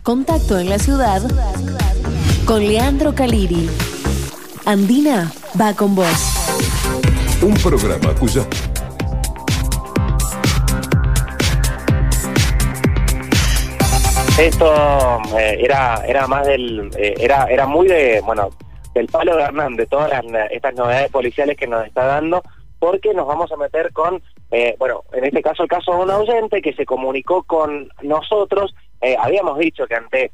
Contacto en la ciudad con Leandro Caliri. Andina va con vos. Un programa cuya... Esto era más era muy del palo de Hernán, de todas estas novedades policiales que nos está dando, porque nos vamos a meter con, en este caso el caso de un oyente que se comunicó con nosotros. Habíamos dicho que ante,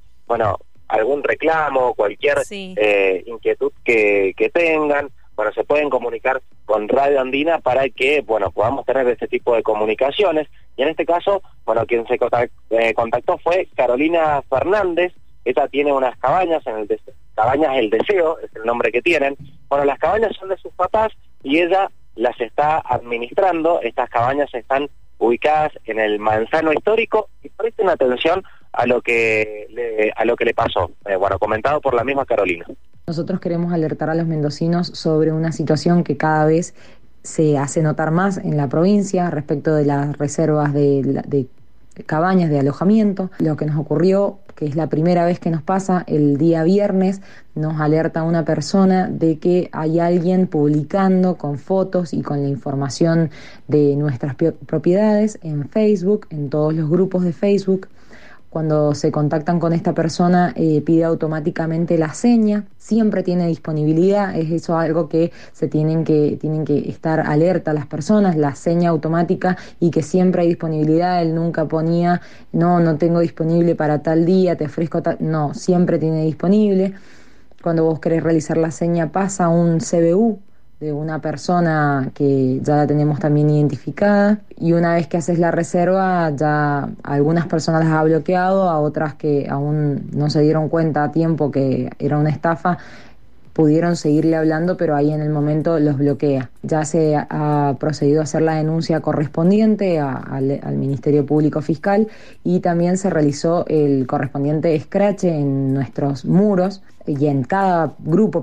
algún reclamo, cualquier inquietud que tengan, se pueden comunicar con Radio Andina para que, podamos tener este tipo de comunicaciones. Y en este caso, quien se contactó fue Carolina Fernández. Ella tiene unas cabañas, Cabañas El Deseo, es el nombre que tienen. Las cabañas son de sus papás y ella las está administrando. Estas cabañas están ubicadas en el Manzano Histórico y presten atención a lo que le pasó. Comentado por la misma Carolina. Nosotros queremos alertar a los mendocinos sobre una situación que cada vez se hace notar más en la provincia respecto de las reservas de cabañas de alojamiento. Lo que nos ocurrió, que es la primera vez que nos pasa, el día viernes nos alerta una persona de que hay alguien publicando con fotos y con la información de nuestras propiedades en Facebook, en todos los grupos de Facebook. Cuando se contactan con esta persona, pide automáticamente la seña. Siempre tiene disponibilidad, es eso algo que tienen que estar alerta las personas, la seña automática, y que siempre hay disponibilidad. Él nunca ponía, no tengo disponible para tal día, te ofrezco tal... No, siempre tiene disponible. Cuando vos querés realizar la seña, pasa un CBU de una persona que ya la tenemos también identificada, y una vez que haces la reserva, ya a algunas personas las ha bloqueado, a otras que aún no se dieron cuenta a tiempo que era una estafa, pudieron seguirle hablando, pero ahí en el momento los bloquea. Ya se ha procedido a hacer la denuncia correspondiente al Ministerio Público Fiscal, y también se realizó el correspondiente escrache en nuestros muros y en cada grupo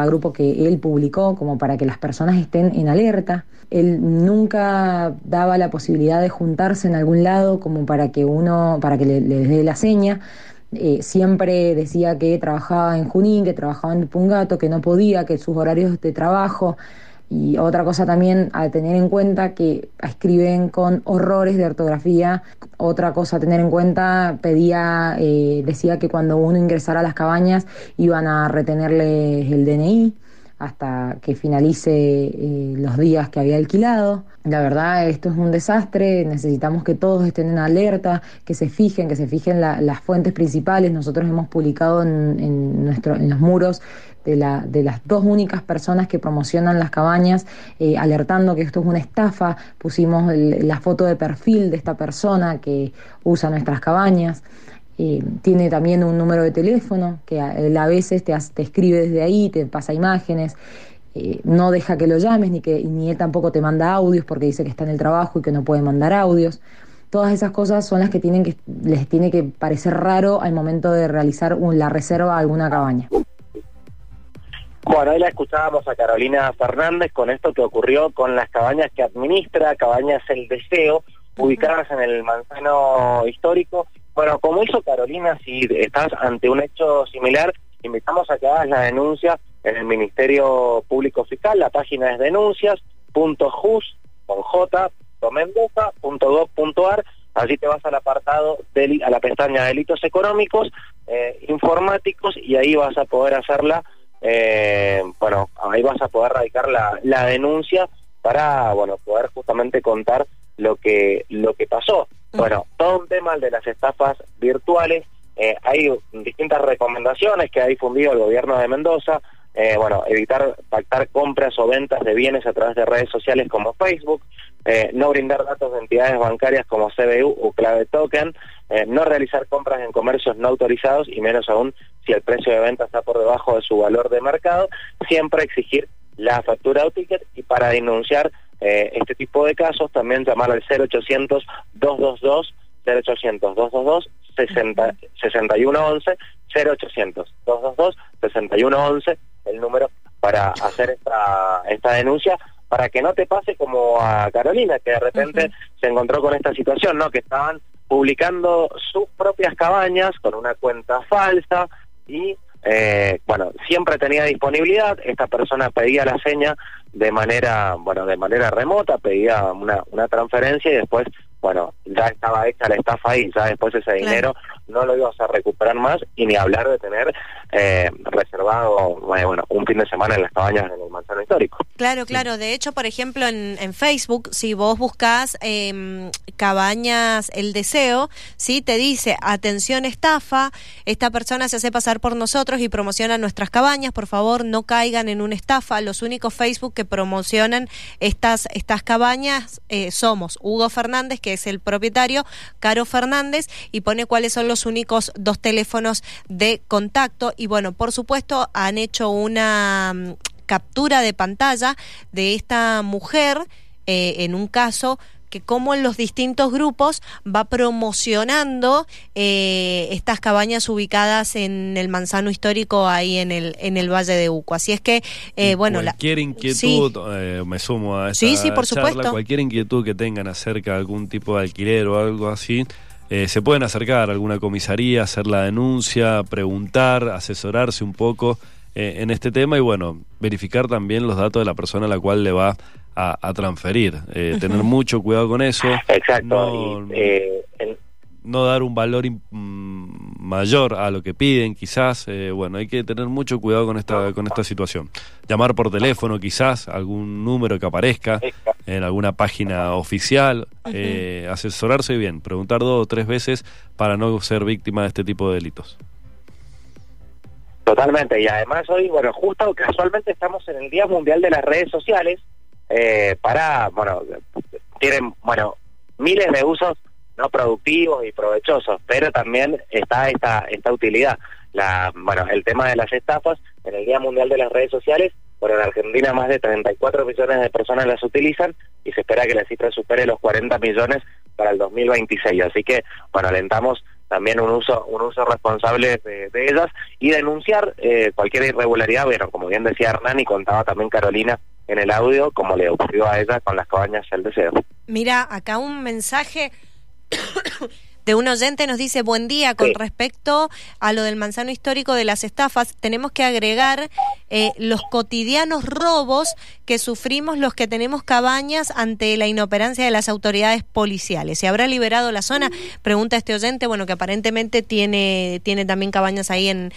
que él publicó, como para que las personas estén en alerta. Él nunca daba la posibilidad de juntarse en algún lado como para que le dé la seña. Siempre decía que trabajaba en Junín, que trabajaba en Pungato, que no podía, que sus horarios de trabajo. Y otra cosa también a tener en cuenta, que escriben con horrores de ortografía. Otra cosa a tener en cuenta, decía que cuando uno ingresara a las cabañas iban a retenerle el DNI hasta que finalice los días que había alquilado. La verdad, esto es un desastre. Necesitamos que todos estén en alerta, que se fijen las fuentes principales. Nosotros hemos publicado en los muros de las dos únicas personas que promocionan las cabañas, alertando que esto es una estafa. Pusimos la foto de perfil de esta persona que usa nuestras cabañas. Tiene también un número de teléfono que él a veces te escribe desde ahí, te pasa imágenes. No deja que lo llames, ni él tampoco te manda audios, porque dice que está en el trabajo y que no puede mandar audios. Todas esas cosas son las que les tiene que parecer raro al momento de realizar la reserva a alguna cabaña. Ahí la escuchábamos a Carolina Fernández con esto que ocurrió con las cabañas que administra Cabañas El Deseo, ubicadas en el Manzano Histórico. Como hizo Carolina, si estás ante un hecho similar, invitamos a que hagas la denuncia en el Ministerio Público Fiscal. La página es denuncias.jus.mendoza.gov.ar. Allí te vas al apartado, a la pestaña Delitos Económicos, Informáticos, y ahí vas a poder hacerla. Ahí vas a poder radicar la denuncia para poder justamente contar lo que pasó. Todo un tema de las estafas virtuales. Hay distintas recomendaciones que ha difundido el gobierno de Mendoza. Evitar pactar compras o ventas de bienes a través de redes sociales como Facebook, no brindar datos de entidades bancarias como CBU o clave token, no realizar compras en comercios no autorizados, y menos aún si el precio de venta está por debajo de su valor de mercado. Siempre exigir la factura o ticket, y para denunciar este tipo de casos también llamar al 0800-222 6111, 0800-222-6111, el número para hacer esta denuncia, para que no te pase como a Carolina, que de repente se encontró con esta situación, ¿no? Que estaban publicando sus propias cabañas con una cuenta falsa y siempre tenía disponibilidad. Esta persona pedía la seña de manera remota, pedía una transferencia y después, ya estaba hecha la estafa ahí, ya después ese dinero no lo ibas a recuperar más, y ni hablar de tener reservado un fin de semana en las cabañas en el Manzano Histórico. Claro. De hecho, por ejemplo, en Facebook, si vos buscás Cabañas El Deseo, ¿sí? Te dice, atención estafa, esta persona se hace pasar por nosotros y promociona nuestras cabañas, por favor no caigan en una estafa. Los únicos Facebook que promocionan estas cabañas somos Hugo Fernández, que es el propietario, Caro Fernández, y pone cuáles son los únicos 2 teléfonos de contacto. Y bueno, por supuesto, han hecho una captura de pantalla de esta mujer, en un caso que como en los distintos grupos va promocionando estas cabañas ubicadas en el Manzano Histórico, ahí en el Valle de Uco. Así es que, cualquier inquietud, me sumo a esta por charla, supuesto. Cualquier inquietud que tengan acerca de algún tipo de alquiler o algo así, se pueden acercar a alguna comisaría, hacer la denuncia, preguntar, asesorarse un poco en este tema y verificar también los datos de la persona a la cual le va a transferir. Tener mucho cuidado con eso. Exacto. No dar un valor mayor a lo que piden, quizás. Hay que tener mucho cuidado con esta situación. Llamar por teléfono, quizás, algún número que aparezca en alguna página oficial. Asesorarse bien, preguntar 2 o 3 veces para no ser víctima de este tipo de delitos. Totalmente, y además hoy, justo casualmente estamos en el Día Mundial de las Redes Sociales, tienen, miles de usos no productivos y provechosos, pero también está esta utilidad. El tema de las estafas, en el Día Mundial de las Redes Sociales, en Argentina más de 34 millones de personas las utilizan y se espera que la cifra supere los 40 millones para el 2026, así que, alentamos también un uso responsable de ellas y denunciar cualquier irregularidad, como bien decía Hernán y contaba también Carolina en el audio, como le ocurrió a ella con las cabañas El Deseo. Mira, acá un mensaje de un oyente nos dice: buen día, con respecto a lo del Manzano Histórico de las estafas, tenemos que agregar los cotidianos robos que sufrimos los que tenemos cabañas ante la inoperancia de las autoridades policiales. ¿Se habrá liberado la zona? Pregunta este oyente, que aparentemente tiene también cabañas ahí en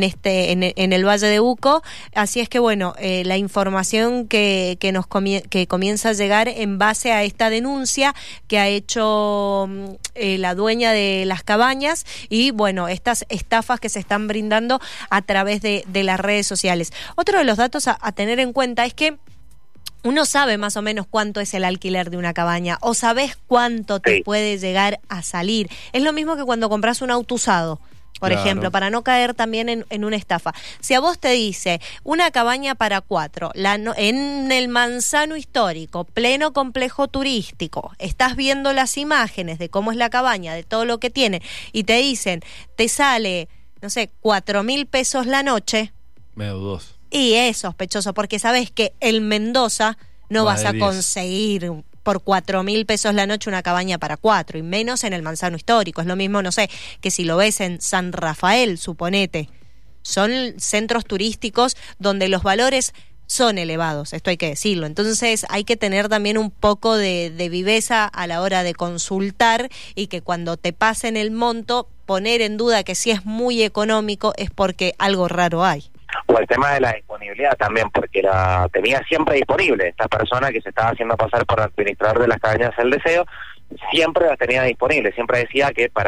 el Valle de Uco. Así es que la información que comienza a llegar en base a esta denuncia que ha hecho la dueña de las cabañas y estas estafas que se están brindando a través de las redes sociales. Otro de los datos a tener en cuenta es que uno sabe más o menos cuánto es el alquiler de una cabaña o sabes cuánto te puede llegar a salir. Es lo mismo que cuando compras un auto usado, por ejemplo, para no caer también en una estafa. Si a vos te dice una cabaña para 4 en el Manzano Histórico, pleno complejo turístico, estás viendo las imágenes de cómo es la cabaña, de todo lo que tiene, y te dicen, te sale, 4.000 pesos la noche. Medio dudoso. Y es sospechoso, porque sabes que en Mendoza no vas a conseguir por 4.000 pesos la noche una cabaña para 4, y menos en el Manzano Histórico. Es lo mismo, que si lo ves en San Rafael, suponete. Son centros turísticos donde los valores son elevados, esto hay que decirlo. Entonces hay que tener también un poco de viveza a la hora de consultar, y que cuando te pasen el monto, poner en duda que si es muy económico es porque algo raro hay. O el tema de la disponibilidad también, porque la tenía siempre disponible. Esta persona que se estaba haciendo pasar por administrador de las cabañas El Deseo, siempre las tenía disponibles. Siempre decía que para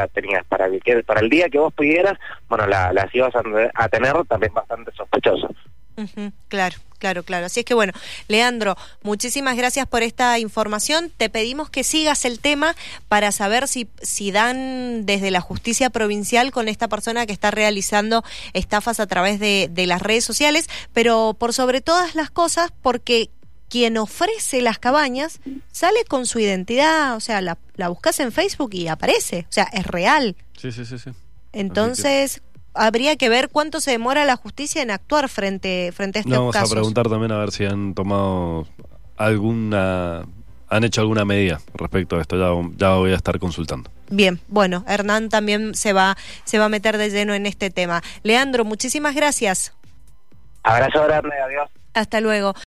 el día que vos pidieras, las ibas a tener también bastante sospechoso. Claro. Así es que Leandro, muchísimas gracias por esta información. Te pedimos que sigas el tema para saber si dan desde la justicia provincial con esta persona que está realizando estafas a través de las redes sociales, pero por sobre todas las cosas, porque quien ofrece las cabañas sale con su identidad, o sea, la buscas en Facebook y aparece, o sea, es real. Sí. Entonces habría que ver cuánto se demora la justicia en actuar frente a estos casos. Vamos a preguntar también a ver si han tomado alguna han hecho alguna medida respecto a esto, ya voy a estar consultando. Bien, bueno, Hernán también se va a meter de lleno en este tema. Leandro, muchísimas gracias. Abrazo grande, adiós. Hasta luego.